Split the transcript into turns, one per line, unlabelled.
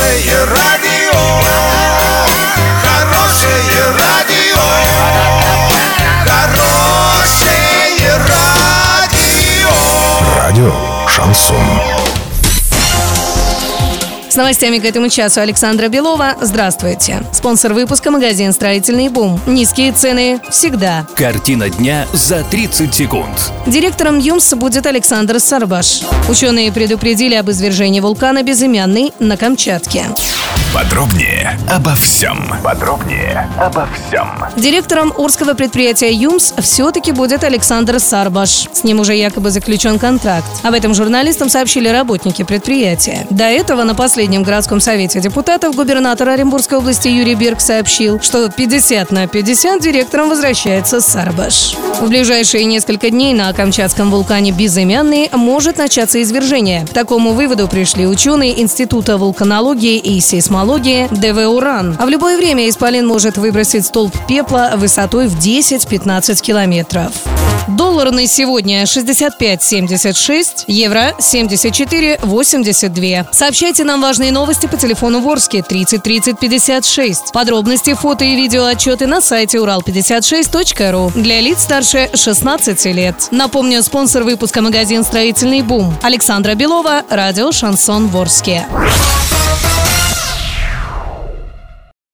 Хорошее радио, хорошее радио, хорошее радио.
Радио «Шансон».
С новостями к этому часу Александра Белова. Здравствуйте. Спонсор выпуска — магазин «Строительный бум». Низкие цены всегда.
Картина дня за 30 секунд.
Директором ЮМС будет Александр Сарбаш. Ученые предупредили об извержении вулкана Безымянный на Камчатке.
Подробнее обо всем.
Директором Орского предприятия ЮМС все-таки будет Александр Сарбаш. С ним уже якобы заключен контракт. Об этом журналистам сообщили работники предприятия. До этого на последнем городском совете депутатов губернатор Оренбургской области Юрий Берг сообщил, что 50/50 директором возвращается Сарбаш. В ближайшие несколько дней на камчатском вулкане Безымянный может начаться извержение. К такому выводу пришли ученые Института вулканологии и сейсмологии ДВ «Уран». А в любое время исполин может выбросить столб пепла высотой в 10-15 километров. Доллар на сегодня 65.76, евро 74.82. Сообщайте нам важные новости по телефону Ворске 30 30 56. Подробности, фото и видео отчеты на сайте урал56.ру для лиц старше 16 лет. Напомню, спонсор выпуска — магазин «Строительный бум». Александра Белова, радио «Шансон» Ворске.